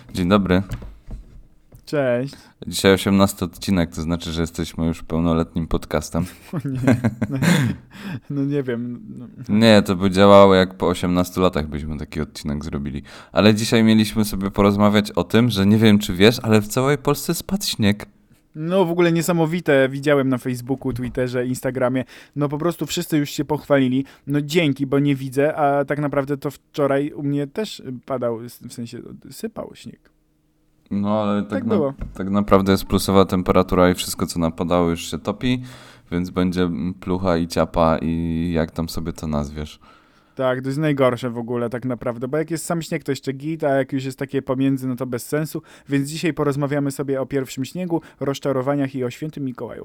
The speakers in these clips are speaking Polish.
Dzień dobry. Cześć. Dzisiaj 18 odcinek, to znaczy, że jesteśmy już pełnoletnim podcastem. O nie, no nie wiem. Nie, to by działało jak po 18 latach byśmy taki odcinek zrobili. Ale dzisiaj mieliśmy sobie porozmawiać o tym, że nie wiem czy wiesz, ale w całej Polsce spadł śnieg. No w ogóle niesamowite, widziałem na Facebooku, Twitterze, Instagramie, no po prostu wszyscy już się pochwalili, no dzięki, bo nie widzę, a tak naprawdę to wczoraj u mnie też padał, w sensie sypał śnieg. No ale Tak było. tak naprawdę jest plusowa temperatura i wszystko co napadało już się topi, więc będzie plucha i ciapa i jak tam sobie to nazwiesz. Tak, to jest najgorsze w ogóle tak naprawdę, bo jak jest sam śnieg, to jeszcze git, a jak już jest takie pomiędzy, no to bez sensu, więc dzisiaj porozmawiamy sobie o pierwszym śniegu, rozczarowaniach i o świętym Mikołaju.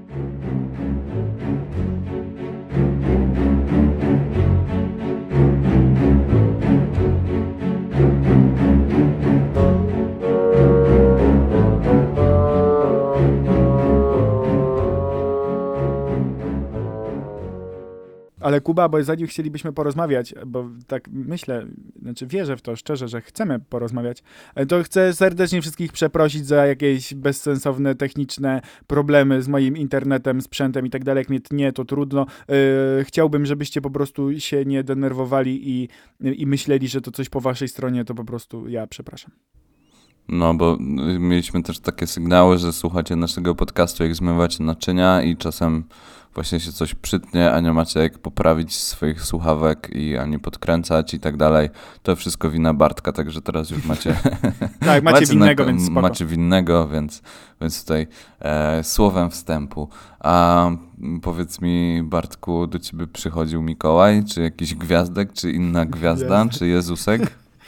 Ale Kuba, bo zanim chcielibyśmy porozmawiać, bo tak myślę, znaczy wierzę w to szczerze, że chcemy porozmawiać, to chcę serdecznie wszystkich przeprosić za jakieś bezsensowne techniczne problemy z moim internetem, sprzętem i tak dalej. Jak mnie tnie, to trudno. Chciałbym, żebyście po prostu się nie denerwowali i myśleli, że to coś po waszej stronie, to po prostu ja przepraszam. No, bo mieliśmy też takie sygnały, że słuchacie naszego podcastu, jak zmywacie naczynia i czasem właśnie się coś przytnie, a nie macie jak poprawić swoich słuchawek i ani podkręcać i tak dalej. To wszystko wina Bartka, także teraz już macie... Tak, macie winnego, więc spoko. Macie winnego, więc tutaj słowem wstępu. A powiedz mi, Bartku, do ciebie przychodził Mikołaj, czy jakiś gwiazdek, czy inna gwiazda, czy Jezusek?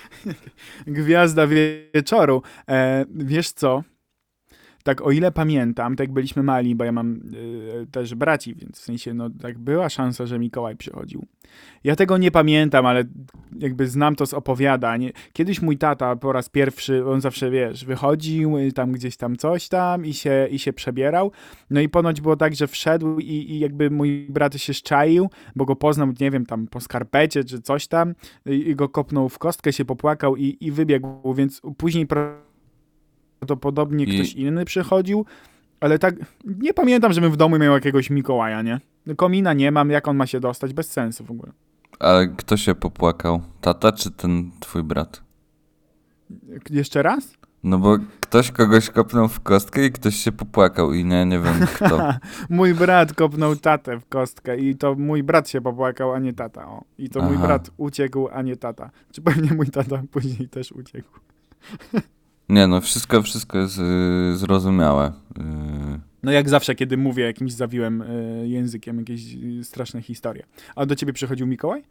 Gwiazda wieczoru. Wiesz co? Tak o ile pamiętam, tak byliśmy mali, bo ja mam też braci, więc w sensie, no tak była szansa, że Mikołaj przychodził. Ja tego nie pamiętam, ale jakby znam to z opowiadań. Kiedyś mój tata po raz pierwszy, on zawsze, wiesz, wychodził tam gdzieś tam coś tam i się przebierał. No i ponoć było tak, że wszedł i jakby mój brat się szczaił, bo go poznał, nie wiem, tam po skarpecie czy coś tam i go kopnął w kostkę, się popłakał i wybiegł, więc później prawdopodobnie ktoś inny przychodził, ale tak nie pamiętam, żebym w domu miał jakiegoś Mikołaja, nie? Komina nie mam, jak on ma się dostać? Bez sensu w ogóle. Ale kto się popłakał? Tata czy ten twój brat? Jeszcze raz? No bo ktoś kogoś kopnął w kostkę i ktoś się popłakał i nie wiem kto. Mój brat kopnął tatę w kostkę i to mój brat się popłakał, a nie tata. O. I to mój brat uciekł, a nie tata. Czy pewnie mój tata później też uciekł. Nie no, wszystko jest zrozumiałe. No jak zawsze, kiedy mówię jakimś zawiłym językiem, jakieś straszne historie. A do ciebie przychodził Mikołaj?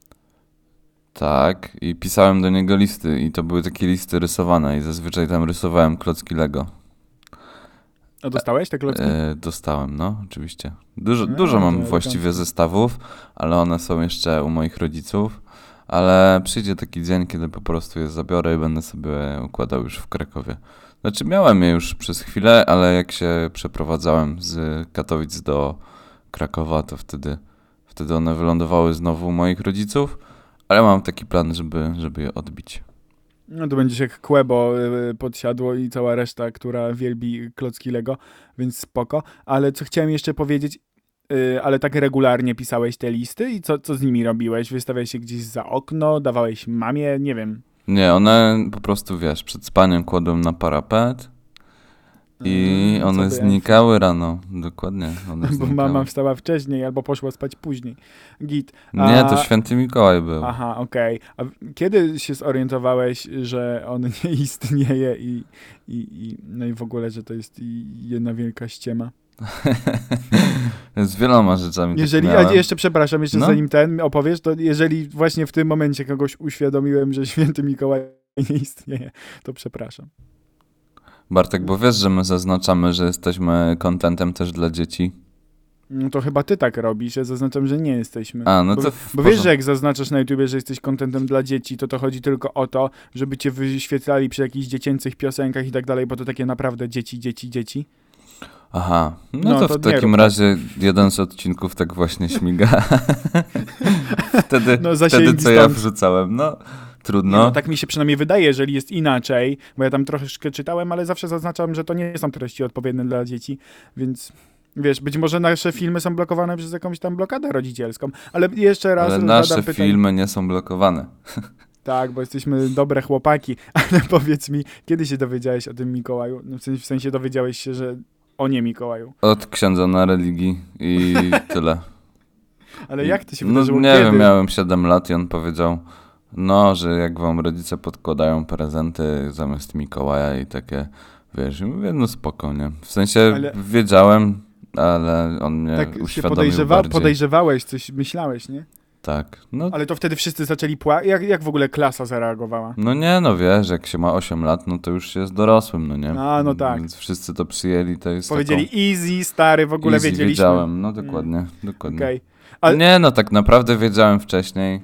Tak, i pisałem do niego listy i to były takie listy rysowane i zazwyczaj tam rysowałem klocki Lego. A dostałeś te klocki? Dostałem, no, oczywiście. Dużo mam właściwie zestawów, ale one są jeszcze u moich rodziców. Ale przyjdzie taki dzień, kiedy po prostu je zabiorę i będę sobie układał już w Krakowie. Znaczy miałem je już przez chwilę, ale jak się przeprowadzałem z Katowic do Krakowa, to wtedy one wylądowały znowu u moich rodziców, ale mam taki plan, żeby je odbić. No to będziesz jak Kłebo podsiadło i cała reszta, która wielbi klocki Lego, więc spoko. Ale co chciałem jeszcze powiedzieć, ale tak regularnie pisałeś te listy i co z nimi robiłeś? Wystawiałeś się gdzieś za okno, dawałeś mamie, nie wiem. Nie, one po prostu, wiesz, przed spaniem kładłem na parapet i one znikały rano. Dokładnie. Bo mama wstała wcześniej albo poszła spać później. Git. Nie, to święty Mikołaj był. Aha, okej. A kiedy się zorientowałeś, że on nie istnieje no i w ogóle, że to jest jedna wielka ściema? Z wieloma rzeczami. Jeżeli, a jeszcze przepraszam, zanim opowiesz, to jeżeli właśnie w tym momencie kogoś uświadomiłem, że święty Mikołaj nie istnieje, to przepraszam. Bartek, bo wiesz, że my zaznaczamy, że jesteśmy contentem też dla dzieci. No to chyba ty tak robisz, ja zaznaczam, że nie jesteśmy. A, no to bo wiesz, że jak zaznaczasz na YouTubie, że jesteś contentem dla dzieci, to chodzi tylko o to, żeby cię wyświetlali przy jakichś dziecięcych piosenkach i tak dalej, bo to takie naprawdę dzieci. Aha, no to w takim razie jeden z odcinków tak właśnie śmiga. wtedy co ja wrzucałem, no trudno. No, tak mi się przynajmniej wydaje, jeżeli jest inaczej, bo ja tam troszeczkę czytałem, ale zawsze zaznaczam, że to nie są treści odpowiednie dla dzieci, więc wiesz, być może nasze filmy są blokowane przez jakąś tam blokadę rodzicielską, ale jeszcze raz Ale zadam nasze pytanie. filmy nie są blokowane. Tak, bo jesteśmy dobre chłopaki, ale powiedz mi, kiedy się dowiedziałeś o tym Mikołaju? No, w sensie dowiedziałeś się, że o nie Mikołaju. Od księdza na religii i tyle. Ale jak to się No wydarzyło? nie Kiedy? wiem, miałem 7 lat i on powiedział, no, że jak wam rodzice podkładają prezenty zamiast Mikołaja i takie, wiesz, i mówię, no spoko, nie? W sensie Ale- wiedziałem, ale on mnie Tak się uświadomił bardziej. podejrzewałeś, coś myślałeś, nie? Tak, no, Ale to wtedy wszyscy zaczęli płakać. Jak w ogóle klasa zareagowała? no nie, no wiesz, jak się ma 8 lat, no to już się jest dorosłym, no nie? A, no tak. Więc wszyscy to przyjęli, to jest Powiedzieli easy, stary, w ogóle easy, wiedzieliśmy. wiedziałem, no dokładnie. Okej. Ale- Nie, no tak naprawdę wiedziałem wcześniej,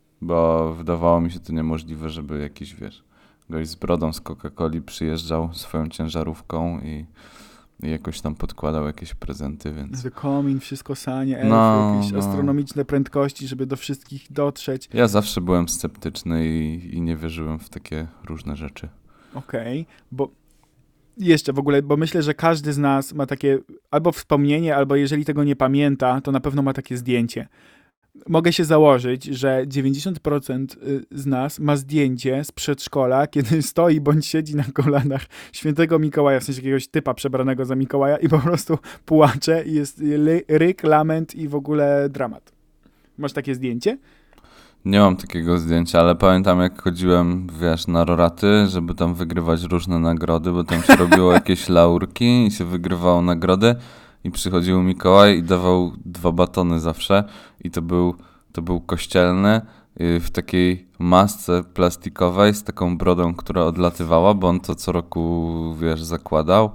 bo wydawało mi się to niemożliwe, żeby jakiś, wiesz, gość z brodą z Coca-Coli przyjeżdżał swoją ciężarówką i jakoś tam podkładał jakieś prezenty, więc... The komin, wszystko sanie, elfy, No, jakieś no. astronomiczne prędkości, żeby do wszystkich dotrzeć. Ja zawsze byłem sceptyczny i nie wierzyłem w takie różne rzeczy. Okej, bo jeszcze w ogóle, bo myślę, że każdy z nas ma takie albo wspomnienie, albo jeżeli tego nie pamięta, to na pewno ma takie zdjęcie. Mogę się założyć, że 90% z nas ma zdjęcie z przedszkola, kiedy stoi bądź siedzi na kolanach świętego Mikołaja, w sensie jakiegoś typa przebranego za Mikołaja i po prostu płacze i jest ryk, lament i w ogóle dramat. Masz takie zdjęcie? Nie mam takiego zdjęcia, ale pamiętam jak chodziłem, wiesz, na roraty, żeby tam wygrywać różne nagrody, bo tam się robiło jakieś laurki i się wygrywało nagrody i przychodził Mikołaj i dawał 2 batony zawsze i to był kościelny w takiej masce plastikowej z taką brodą, która odlatywała, bo on to co roku, wiesz, zakładał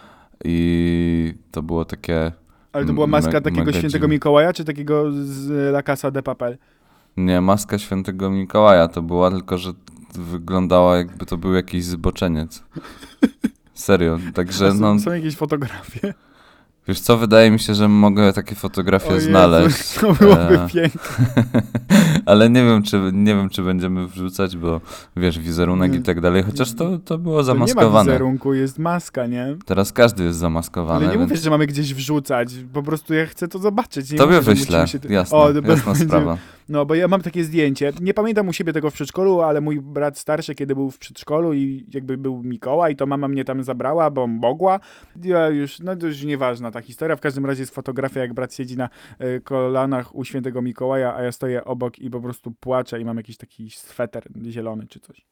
i to było takie... Ale to była maska takiego mega świętego dziwne. Mikołaja, czy takiego z La Casa de Papel? Nie, maska świętego Mikołaja to była, tylko że wyglądała jakby to był jakiś zboczeniec. Serio, także A są, no, są jakieś fotografie? wiesz co, wydaje mi się, że mogę takie fotografie O Jezu, znaleźć, to byłoby E, piękne. ale nie wiem, czy będziemy wrzucać, bo wiesz, wizerunek Nie. i tak dalej, chociaż to było To nie ma zamaskowane. wizerunku, jest maska, nie? Teraz każdy jest zamaskowany, Ale nie więc mówię, że mamy gdzieś wrzucać, po prostu ja chcę to zobaczyć. Nie tobie mówię, że wyślę, musimy się... jasne, O, jasna sprawa. No, bo ja mam takie zdjęcie. Nie pamiętam u siebie tego w przedszkolu, ale mój brat starszy, kiedy był w przedszkolu i jakby był Mikołaj, to mama mnie tam zabrała, bo mogła. Ja już, no to już nieważna ta historia. W każdym razie jest fotografia, jak brat siedzi na kolanach u świętego Mikołaja, a ja stoję obok i po prostu płaczę i mam jakiś taki sweter zielony czy coś.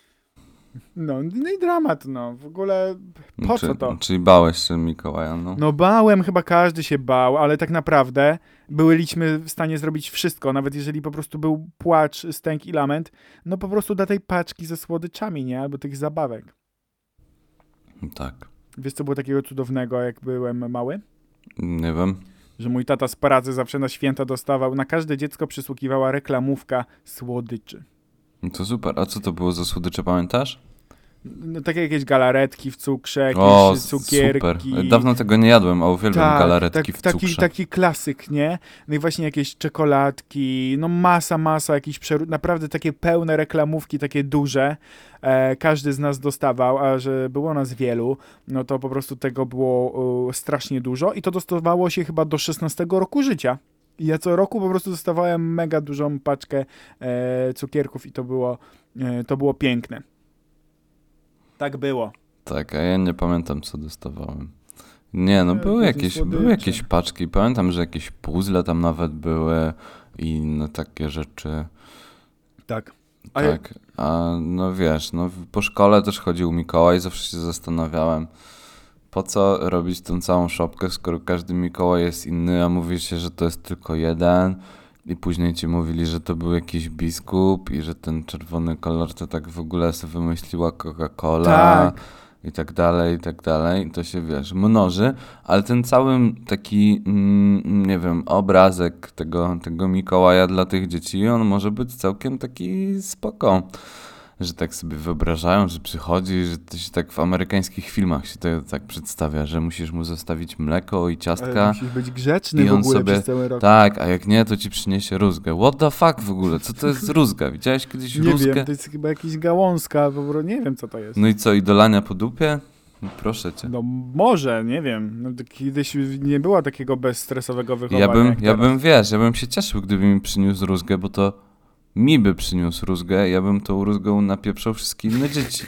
No i dramat, no. W ogóle po co to? Czyli bałeś się Mikołaja, no. No bałem, chyba każdy się bał, ale tak naprawdę byliśmy w stanie zrobić wszystko, nawet jeżeli po prostu był płacz, stęk i lament, no po prostu dla tej paczki ze słodyczami, nie? Albo tych zabawek. Tak, Wiesz, co było takiego cudownego, jak byłem mały? nie wiem. Że mój tata z pracy zawsze na święta dostawał, na każde dziecko przysługiwała reklamówka słodyczy. No to super, a co to było za słodycze, pamiętasz? No, takie jakieś galaretki w cukrze, jakieś O, cukierki. super. Dawno tego nie jadłem, a uwielbiam galaretki w cukrze. Taki klasyk, nie? No i właśnie jakieś czekoladki, no masa jakichś naprawdę takie pełne reklamówki, takie duże. Każdy z nas dostawał, a że było nas wielu, no to po prostu tego było strasznie dużo i to dostawało się chyba do 16 roku życia. I ja co roku po prostu dostawałem mega dużą paczkę cukierków i to było piękne. Tak było. Tak, a ja nie pamiętam, co dostawałem. Nie, no Później były jakieś słodycze. paczki. Pamiętam, że jakieś puzzle tam nawet były i inne takie rzeczy. Tak. Tak, a no wiesz, no po szkole też chodził Mikołaj, zawsze się zastanawiałem, po co robić tą całą szopkę, skoro każdy Mikołaj jest inny, a mówi się, że to jest tylko jeden i później ci mówili, że to był jakiś biskup i że ten czerwony kolor to tak w ogóle sobie wymyśliła Coca-Cola Tak. i tak dalej, i tak dalej. I to się, wiesz, mnoży, ale ten cały taki, nie wiem, obrazek tego Mikołaja dla tych dzieci, on może być całkiem taki spoko. że tak sobie wyobrażają, że przychodzi, że to się tak w amerykańskich filmach się to tak przedstawia, że musisz mu zostawić mleko i Ale ciastka musisz być grzeczny i w on ogóle sobie, przez cały rok. tak, a jak nie, to ci przyniesie rózgę. What the fuck w ogóle? Co to jest rózga? Widziałeś kiedyś Nie rózgę? wiem, to jest chyba jakiś gałązka, po prostu nie wiem co to jest. No i co, i dolania po dupie? No proszę cię. No może, nie wiem. No, to kiedyś nie było takiego bezstresowego wychowania jak Ja teraz. bym, ja bym się cieszył, gdyby mi przyniósł rózgę, bo to mi by przyniósł rózgę, ja bym tą rózgą napieprzał wszystkie inne dzieci.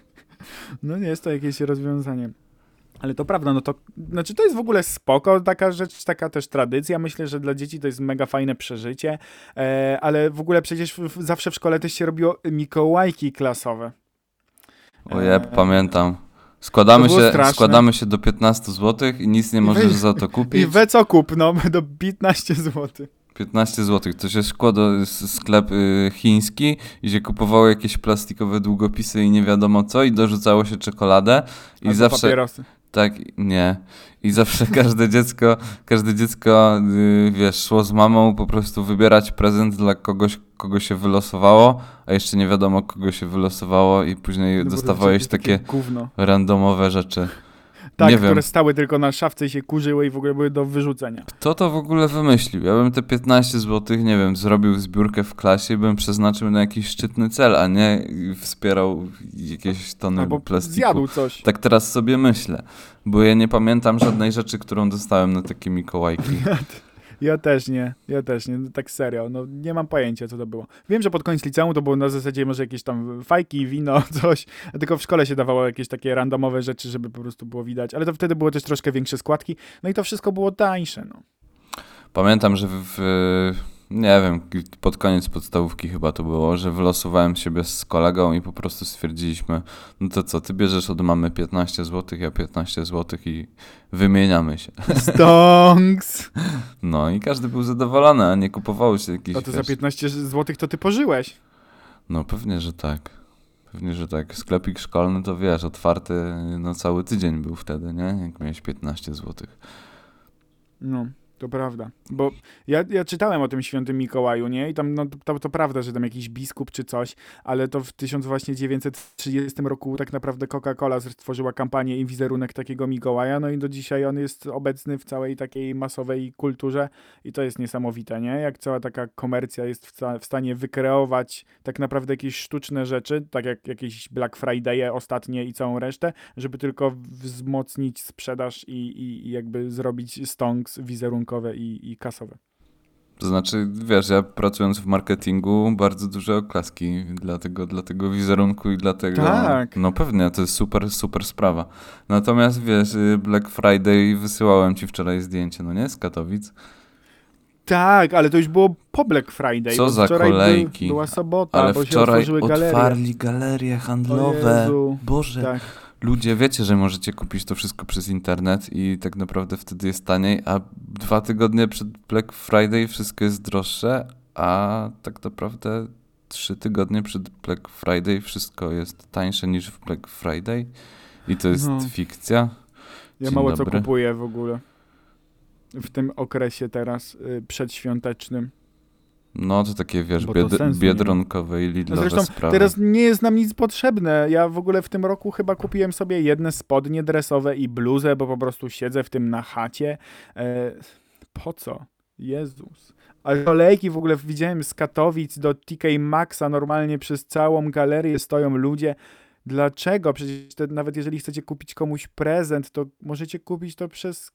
No nie jest to jakieś rozwiązanie. Ale to prawda, no to znaczy to jest w ogóle spoko, taka rzecz, taka też tradycja. Myślę, że dla dzieci to jest mega fajne przeżycie, ale w ogóle przecież zawsze w szkole też się robiło mikołajki klasowe. O ja pamiętam. To było straszne. Składamy się do 15 zł i nic nie możesz za to I kupić. we co kup, no, do 15 zł. 15 zł. To się szło do sklep chiński i się kupowało jakieś plastikowe długopisy i nie wiadomo co i dorzucało się czekoladę i Albo zawsze... papierosy. Tak, nie. I zawsze każde dziecko, wiesz, szło z mamą po prostu wybierać prezent dla kogoś, kogo się wylosowało, a jeszcze nie wiadomo, kogo się wylosowało i później No bo dostawałeś to takie gówno. randomowe rzeczy. Tak, nie które wiem, stały tylko na szafce i się kurzyły i w ogóle były do wyrzucenia. kto to w ogóle wymyślił. Ja bym te 15 zł, nie wiem, zrobił zbiórkę w klasie i bym przeznaczył na jakiś szczytny cel, a nie wspierał jakieś tony Albo plastiku. zjadł coś. Tak teraz sobie myślę, bo ja nie pamiętam żadnej rzeczy, którą dostałem na takie Mikołajki. Ja też nie, no, tak serio, no nie mam pojęcia co to było. Wiem, że pod koniec liceum to było na zasadzie może jakieś tam fajki, wino, coś, a tylko w szkole się dawało jakieś takie randomowe rzeczy, żeby po prostu było widać, ale to wtedy było też troszkę większe składki, no i to wszystko było tańsze, no. Pamiętam, że nie wiem, pod koniec podstawówki chyba to było, że wylosowałem siebie z kolegą i po prostu stwierdziliśmy, no to co, ty bierzesz od mamy 15 zł, ja 15 zł i wymieniamy się. Stonks! No i każdy był zadowolony, a nie kupowało się jakichś... A to za wiesz, 15 zł to ty pożyłeś. No pewnie, że tak. Pewnie, że tak. Sklepik szkolny to wiesz, otwarty no cały tydzień był wtedy, nie? Jak miałeś 15 zł. No, to prawda. Bo ja czytałem o tym świętym Mikołaju, nie? I tam, no, to prawda, że tam jakiś biskup czy coś, ale to w 1930 roku tak naprawdę Coca-Cola stworzyła kampanię i wizerunek takiego Mikołaja, no i do dzisiaj on jest obecny w całej takiej masowej kulturze i to jest niesamowite, nie? Jak cała taka komercja jest w stanie wykreować tak naprawdę jakieś sztuczne rzeczy, tak jak jakieś Black Friday'e ostatnie i całą resztę, żeby tylko wzmocnić sprzedaż i jakby zrobić stonks wizerunkowe i kasowe. To znaczy, wiesz, ja pracując w marketingu, bardzo duże oklaski dla tego wizerunku i dla tego... Tak. No pewnie, to jest super, super sprawa. Natomiast wiesz, Black Friday, wysyłałem ci wczoraj zdjęcie, no nie? Z Katowic. Tak, ale to już było po Black Friday. Co bo za wczoraj kolejki. była sobota, Ale bo się wczoraj otworzyły galerie. otwarli galerie handlowe. O Jezu. Boże. Tak. Ludzie, wiecie, że możecie kupić to wszystko przez internet i tak naprawdę wtedy jest taniej, a 2 tygodnie przed Black Friday wszystko jest droższe, a tak naprawdę 3 tygodnie przed Black Friday wszystko jest tańsze niż w Black Friday i to jest No. fikcja. Ja Dzień mało dobry. co kupuję w ogóle. W tym okresie teraz przedświątecznym. No to takie, wiesz, Bo to sensu nie ma. biedronkowe i lidlowe Zresztą sprawy. teraz nie jest nam nic potrzebne. Ja w ogóle w tym roku chyba kupiłem sobie jedne spodnie dresowe i bluzę, bo po prostu siedzę w tym na chacie. Po co? Jezus. Ale kolejki w ogóle widziałem z Katowic do TK Maxa, normalnie przez całą galerię stoją ludzie. Dlaczego? Przecież nawet jeżeli chcecie kupić komuś prezent, to możecie kupić to przez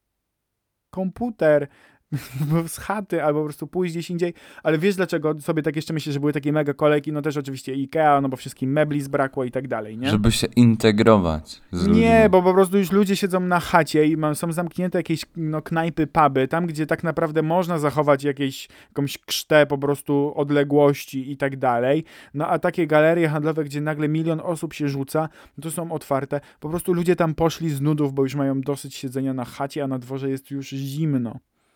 komputer, z chaty, albo po prostu pójść gdzieś indziej, ale wiesz dlaczego sobie tak jeszcze myślę, że były takie mega kolejki, no też oczywiście IKEA, no bo wszystkim mebli zbrakło i tak dalej, nie? Żeby się integrować z ludźmi. Nie, bo po prostu już ludzie siedzą na chacie i są zamknięte jakieś knajpy, puby, tam gdzie tak naprawdę można zachować jakąś krztę po prostu odległości i tak dalej, no a takie galerie handlowe, gdzie nagle 1 000 000 osób się rzuca, no to są otwarte, po prostu ludzie tam poszli z nudów, bo już mają dosyć siedzenia na chacie, a na dworze jest już zimno.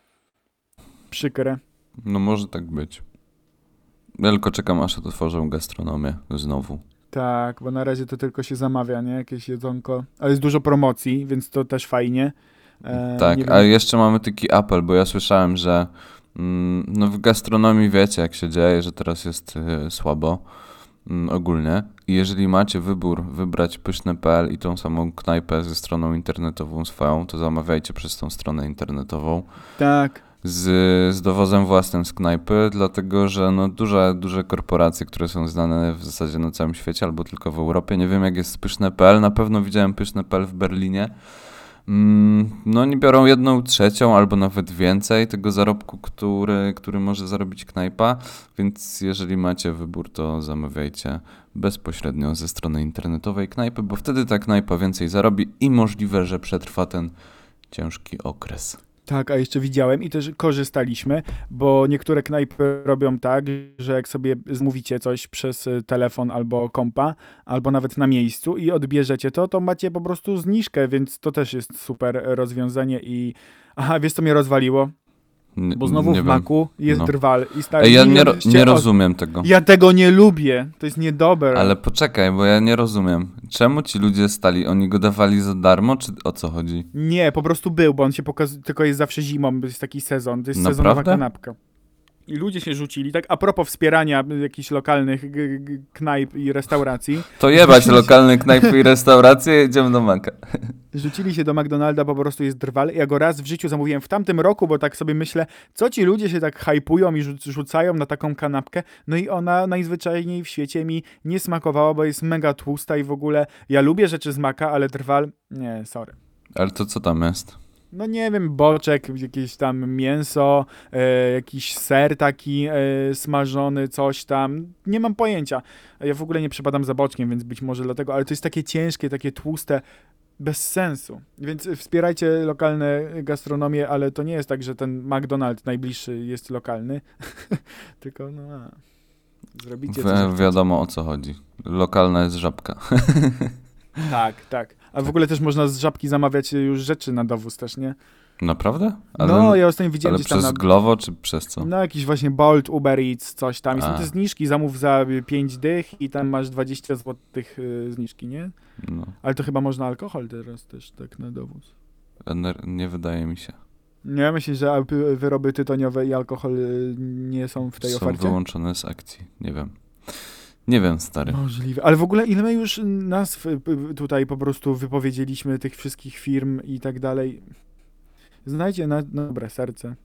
Przykre. No może tak być. Ja tylko czekam, aż otworzą gastronomię znowu. Tak, bo na razie to tylko się zamawia, nie? Jakieś jedzonko. Ale jest dużo promocji, więc to też fajnie. Tak, nie a wiem. jeszcze mamy taki apel, bo ja słyszałem, że no w gastronomii wiecie, jak się dzieje, że teraz jest słabo. ogólnie. I jeżeli macie wybór wybrać pyszne.pl i tą samą knajpę ze stroną internetową swoją, to zamawiajcie przez tą stronę internetową Tak. z dowozem własnym z knajpy, dlatego że no duże korporacje, które są znane w zasadzie na całym świecie albo tylko w Europie, nie wiem jak jest z pyszne.pl, na pewno widziałem pyszne.pl w Berlinie, no oni biorą 1/3 albo nawet więcej tego zarobku, który może zarobić knajpa, więc jeżeli macie wybór, to zamawiajcie bezpośrednio ze strony internetowej knajpy, bo wtedy ta knajpa więcej zarobi i możliwe, że przetrwa ten ciężki okres. Tak, a jeszcze widziałem i też korzystaliśmy, bo niektóre knajpy robią tak, że jak sobie zamówicie coś przez telefon albo kompa, albo nawet na miejscu i odbierzecie to macie po prostu zniżkę, więc to też jest super rozwiązanie i... Aha, wiesz co mnie rozwaliło? Bo znowu Nie w wiem. Macu jest No. drwal i stary... Ej, ja nie rozumiem tego. Ja tego nie lubię, to jest niedobre. Ale poczekaj, bo ja nie rozumiem. Czemu ci ludzie stali? Oni go dawali za darmo, czy o co chodzi? Nie, po prostu był, bo on się pokazuje, tylko jest zawsze zimą, to jest taki sezon, to jest Naprawdę? sezonowa kanapka. I ludzie się rzucili, tak a propos wspierania jakichś lokalnych knajp i restauracji, To jebać lokalne knajpy i restauracje, jedziemy do Maka. rzucili się do McDonalda, po prostu jest drwal. Ja go raz w życiu zamówiłem w tamtym roku, bo tak sobie myślę, co ci ludzie się tak hypują i rzucają na taką kanapkę, no i ona najzwyczajniej w świecie mi nie smakowała, bo jest mega tłusta i w ogóle ja lubię rzeczy z Maka, ale drwal, nie, sorry. Ale to co tam jest? No nie wiem, boczek, jakieś tam mięso, jakiś ser taki smażony, coś tam. Nie mam pojęcia. Ja w ogóle nie przepadam za boczkiem, więc być może dlatego, ale to jest takie ciężkie, takie tłuste, bez sensu. Więc wspierajcie lokalne gastronomię, ale to nie jest tak, że ten McDonald's najbliższy jest lokalny. Tylko zrobicie coś. Wiadomo o co chodzi. Lokalna jest żabka. Tak, tak. A w ogóle też można z żabki zamawiać już rzeczy na dowóz też, nie? Naprawdę? No, ja ostatnio widziałem ale gdzieś tam przez Glovo, czy przez co? No jakiś właśnie Bolt, Uber Eats, coś tam. I są A. te zniżki, zamów za 5 dych i tam masz 20 zł zniżki, nie? No, Ale to chyba można alkohol teraz też tak na dowóz. nie wydaje mi się. Nie, myślę, że wyroby tytoniowe i alkohol nie są w tej Są ofercie? wyłączone z akcji. Nie wiem. Nie wiem, stary. Możliwe. Ale w ogóle ile my już nazw tutaj po prostu wypowiedzieliśmy, tych wszystkich firm i tak dalej. Znajdzie na dobre serce.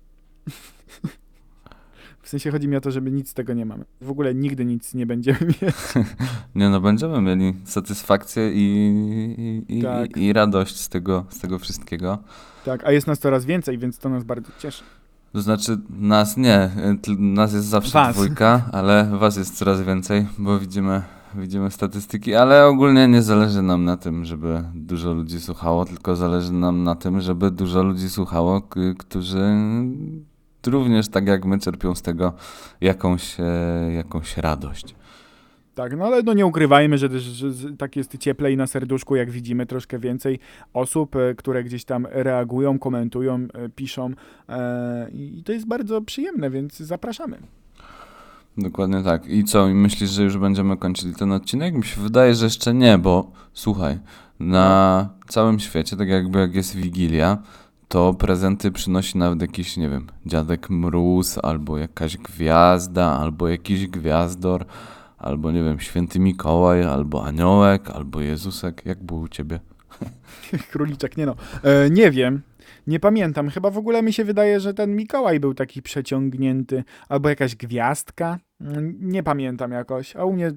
W sensie chodzi mi o to, żeby nic z tego nie mamy. W ogóle nigdy nic nie będziemy mieć. Nie no, będziemy mieli satysfakcję Tak. i radość z tego wszystkiego. Tak, a jest nas coraz więcej, więc to nas bardzo cieszy. To znaczy nas nie, nas jest zawsze Was. 2, ale was jest coraz więcej, bo widzimy statystyki, ale ogólnie nie zależy nam na tym, żeby dużo ludzi słuchało, tylko zależy nam na tym, żeby dużo ludzi słuchało, którzy również tak jak my czerpią z tego jakąś radość. Tak, no ale no nie ukrywajmy, że też tak jest cieplej na serduszku, jak widzimy troszkę więcej osób, które gdzieś tam reagują, komentują, piszą i to jest bardzo przyjemne, więc zapraszamy. Dokładnie tak. I co, myślisz, że już będziemy kończyli ten odcinek? Mi się wydaje, że jeszcze nie, bo słuchaj, na całym świecie, tak jakby jak jest Wigilia, to prezenty przynosi nawet jakiś, nie wiem, Dziadek Mróz, albo jakaś gwiazda, albo jakiś gwiazdor, albo nie wiem, Święty Mikołaj, albo Aniołek, albo Jezusek. Jak było u ciebie? Króliczek, nie no. Nie wiem, nie pamiętam. Chyba w ogóle mi się wydaje, że ten Mikołaj był taki przeciągnięty, albo jakaś gwiazdka. Nie pamiętam jakoś. A u mnie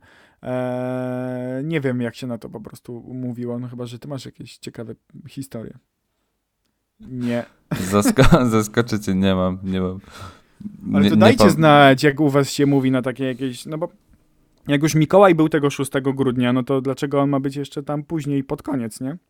nie wiem jak się na to po prostu mówiło, no chyba, że ty masz jakieś ciekawe historie. Nie. Zaskoczycie, nie mam. Ale to Nie dajcie pam- znać, jak u was się mówi na takie jakieś, no bo jak już Mikołaj był tego 6 grudnia, no to dlaczego on ma być jeszcze tam później pod koniec, nie?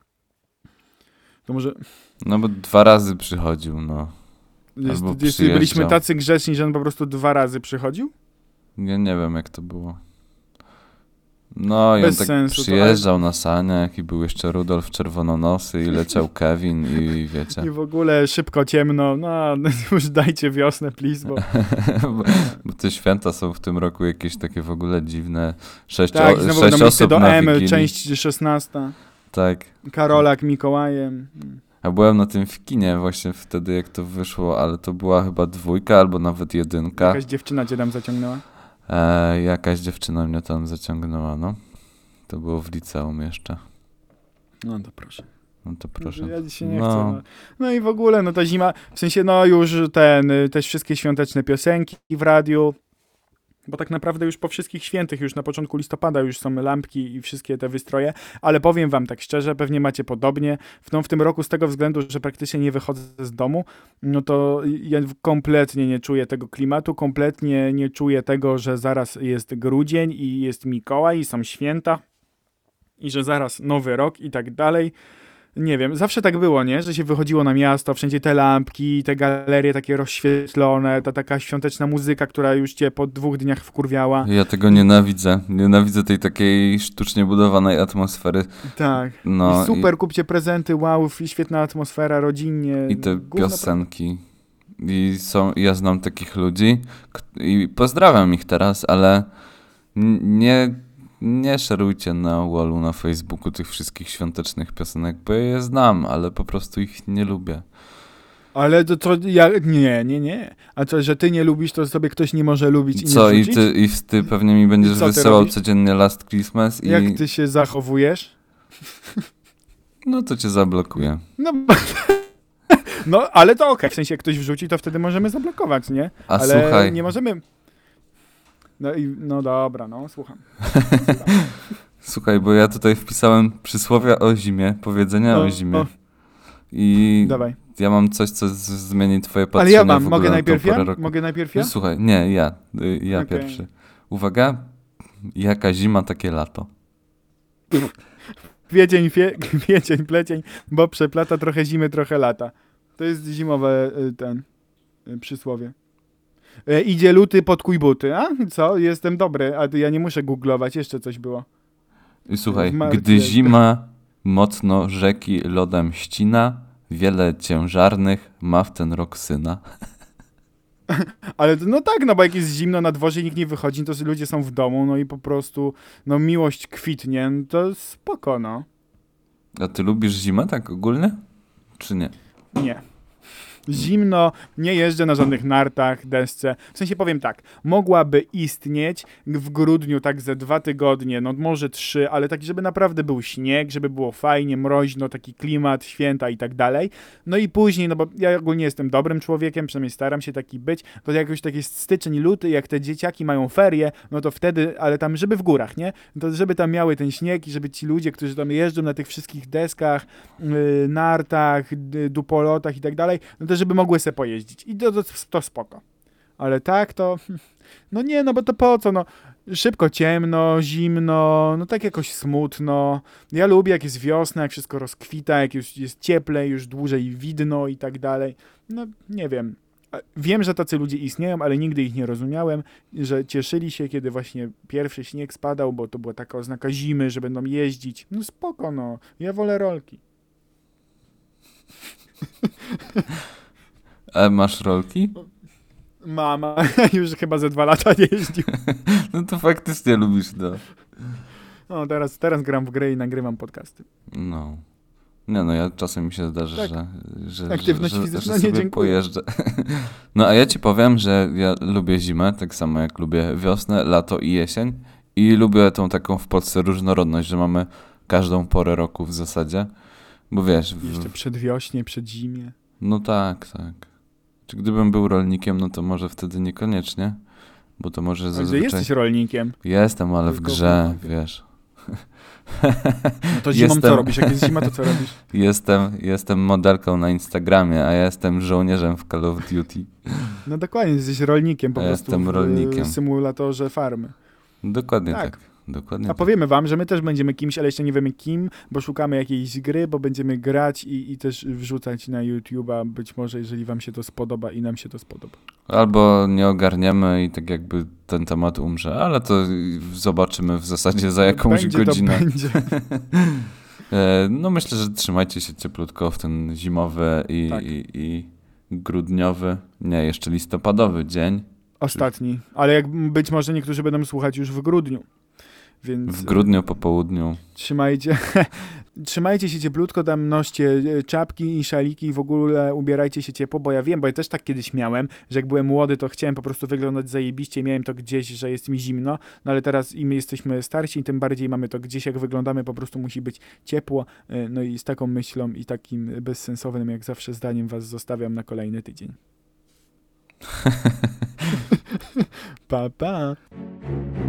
To może No bo 2 razy przychodził, no. Albo byliśmy przyjeżdżał. tacy grzeczni, że on po prostu 2 razy przychodził? Ja nie wiem, jak to było. No i on Bez tak sensu, to przyjeżdżał na saniach i był jeszcze Rudolf Czerwononosy i leciał Kevin i wiecie. I w ogóle szybko ciemno, no już dajcie wiosnę, please, bo bo te święta są w tym roku jakieś takie w ogóle dziwne. tak, znowu 6 będą listy osób do na M, Wigilii. część 16, Tak. Karolak Mikołajem. A byłem na tym w kinie właśnie wtedy, jak to wyszło, ale to była chyba 2 albo nawet 1. Jakaś dziewczyna cię tam zaciągnęła? Jakaś dziewczyna mnie tam zaciągnęła, no. To było w liceum jeszcze. No to proszę. No to proszę. Ja dzisiaj nie chcę. No i w ogóle, no ta zima, w sensie, no już też wszystkie świąteczne piosenki w radiu, bo tak naprawdę już po wszystkich świętych, już na początku listopada już są lampki i wszystkie te wystroje, ale powiem wam tak szczerze, pewnie macie podobnie, w tym roku z tego względu, że praktycznie nie wychodzę z domu, no to ja kompletnie nie czuję tego klimatu, kompletnie nie czuję tego, że zaraz jest grudzień i jest Mikołaj i są święta i że zaraz nowy rok i tak dalej. Nie wiem, zawsze tak było, nie? Że się wychodziło na miasto, wszędzie te lampki, te galerie takie rozświetlone, ta taka świąteczna muzyka, która już cię po 2 dniach wkurwiała. Ja tego nienawidzę. Nienawidzę tej takiej sztucznie budowanej atmosfery. Tak. No, I super, kupcie prezenty, wow, świetna atmosfera, rodzinnie. I te piosenki. Ja znam takich ludzi i pozdrawiam ich teraz, ale nie szerujcie na wallu na Facebooku tych wszystkich świątecznych piosenek, bo ja je znam, ale po prostu ich nie lubię. Ale to ja... Nie. A to, że ty nie lubisz, to sobie ktoś nie może lubić i co, nie wrzucić? ty pewnie mi będziesz wysyłał codziennie Last Christmas i... Jak ty się zachowujesz? No to cię zablokuję. No, ale to okej. W sensie, jak ktoś wrzuci, to wtedy możemy zablokować, nie? Ale słuchaj... nie możemy... No dobra, słucham. Słuchaj, bo ja tutaj wpisałem przysłowia o zimie, powiedzenia o zimie. I dawaj. Ja mam coś, co zmieni twoje patrzenie. Ale ja w ogóle mogę na najpierw tą porę ja? roku. Mogę najpierw ja? No, słuchaj, nie, ja Okay. pierwszy. Uwaga, jaka zima, takie lato. Kwiecień, plecień, bo przeplata trochę zimy, trochę lata. To jest zimowe przysłowie. Idzie luty, podkuj buty. A? Co? Jestem dobry, a ja nie muszę googlować, jeszcze coś było. I słuchaj, gdy zima mocno rzeki lodem ścina, wiele ciężarnych ma w ten rok syna. Ale no tak, bo jak jest zimno na dworze i nikt nie wychodzi, to ludzie są w domu, no i po prostu, miłość kwitnie, to spoko, no. A ty lubisz zimę tak ogólnie? Czy nie? Nie. Zimno, nie jeżdżę na żadnych nartach, desce. W sensie powiem tak, mogłaby istnieć w grudniu tak ze 2 tygodnie, no może 3, ale tak, żeby naprawdę był śnieg, żeby było fajnie, mroźno, taki klimat, święta i tak dalej. No i później, bo ja ogólnie jestem dobrym człowiekiem, przynajmniej staram się taki być, to jakoś tak jest styczeń, luty, jak te dzieciaki mają ferie, no to wtedy, ale tam, żeby w górach, nie? To żeby tam miały ten śnieg i żeby ci ludzie, którzy tam jeżdżą na tych wszystkich deskach, nartach, dupolotach i tak dalej, no to żeby mogły se pojeździć. I to spoko. Ale tak to... No nie, bo to po co, Szybko ciemno, zimno, tak jakoś smutno. Ja lubię, jak jest wiosna, jak wszystko rozkwita, jak już jest cieplej, już dłużej widno i tak dalej. No, nie wiem. Wiem, że tacy ludzie istnieją, ale nigdy ich nie rozumiałem, że cieszyli się, kiedy właśnie pierwszy śnieg spadał, bo to była taka oznaka zimy, że będą jeździć. No spoko, Ja wolę rolki. A masz rolki? Mama, już chyba ze 2 lata nie jeździł. No to faktycznie lubisz, No teraz gram w grę i nagrywam podcasty. No. Nie, ja czasem mi się zdarzy, tak. że Aktywność fizyczna, że sobie dziękuję. pojeżdżę. No a ja ci powiem, że ja lubię zimę, tak samo jak lubię wiosnę, lato i jesień. I lubię tą taką w Polsce różnorodność, że mamy każdą porę roku w zasadzie. Bo wiesz... Jeszcze przedwiośnie, przedzimie. No tak. Czy gdybym był rolnikiem, no to może wtedy niekoniecznie, bo to może zazwyczaj... Ale jesteś rolnikiem. Jestem, ale w grze, wiesz. No to zimą co robisz? Jak jest zima, to co robisz? Jestem modelką na Instagramie, a ja jestem żołnierzem w Call of Duty. No dokładnie, jesteś rolnikiem po prostu jestem rolnikiem. W symulatorze farmy. Dokładnie tak. Dokładnie A powiemy wam, że my też będziemy kimś, ale jeszcze nie wiemy kim, bo szukamy jakiejś gry, bo będziemy grać i też wrzucać na YouTube'a, być może jeżeli wam się to spodoba i nam się to spodoba. Albo nie ogarniemy i tak jakby ten temat umrze, ale to zobaczymy w zasadzie za jakąś godzinę. To będzie. No myślę, że trzymajcie się cieplutko w ten zimowy i grudniowy, nie, jeszcze listopadowy dzień. Ostatni, ale jak być może niektórzy będą słuchać już w grudniu. Więc w grudniu po południu. Trzymajcie. trzymajcie się cieplutko, tam noście czapki i szaliki i w ogóle ubierajcie się ciepło, bo ja wiem, bo ja też tak kiedyś miałem, że jak byłem młody, to chciałem po prostu wyglądać zajebiście, miałem to gdzieś, że jest mi zimno, no ale teraz im jesteśmy starsi, tym bardziej mamy to gdzieś, jak wyglądamy, po prostu musi być ciepło, no i z taką myślą i takim bezsensownym, jak zawsze zdaniem was zostawiam na kolejny tydzień. Pa, pa!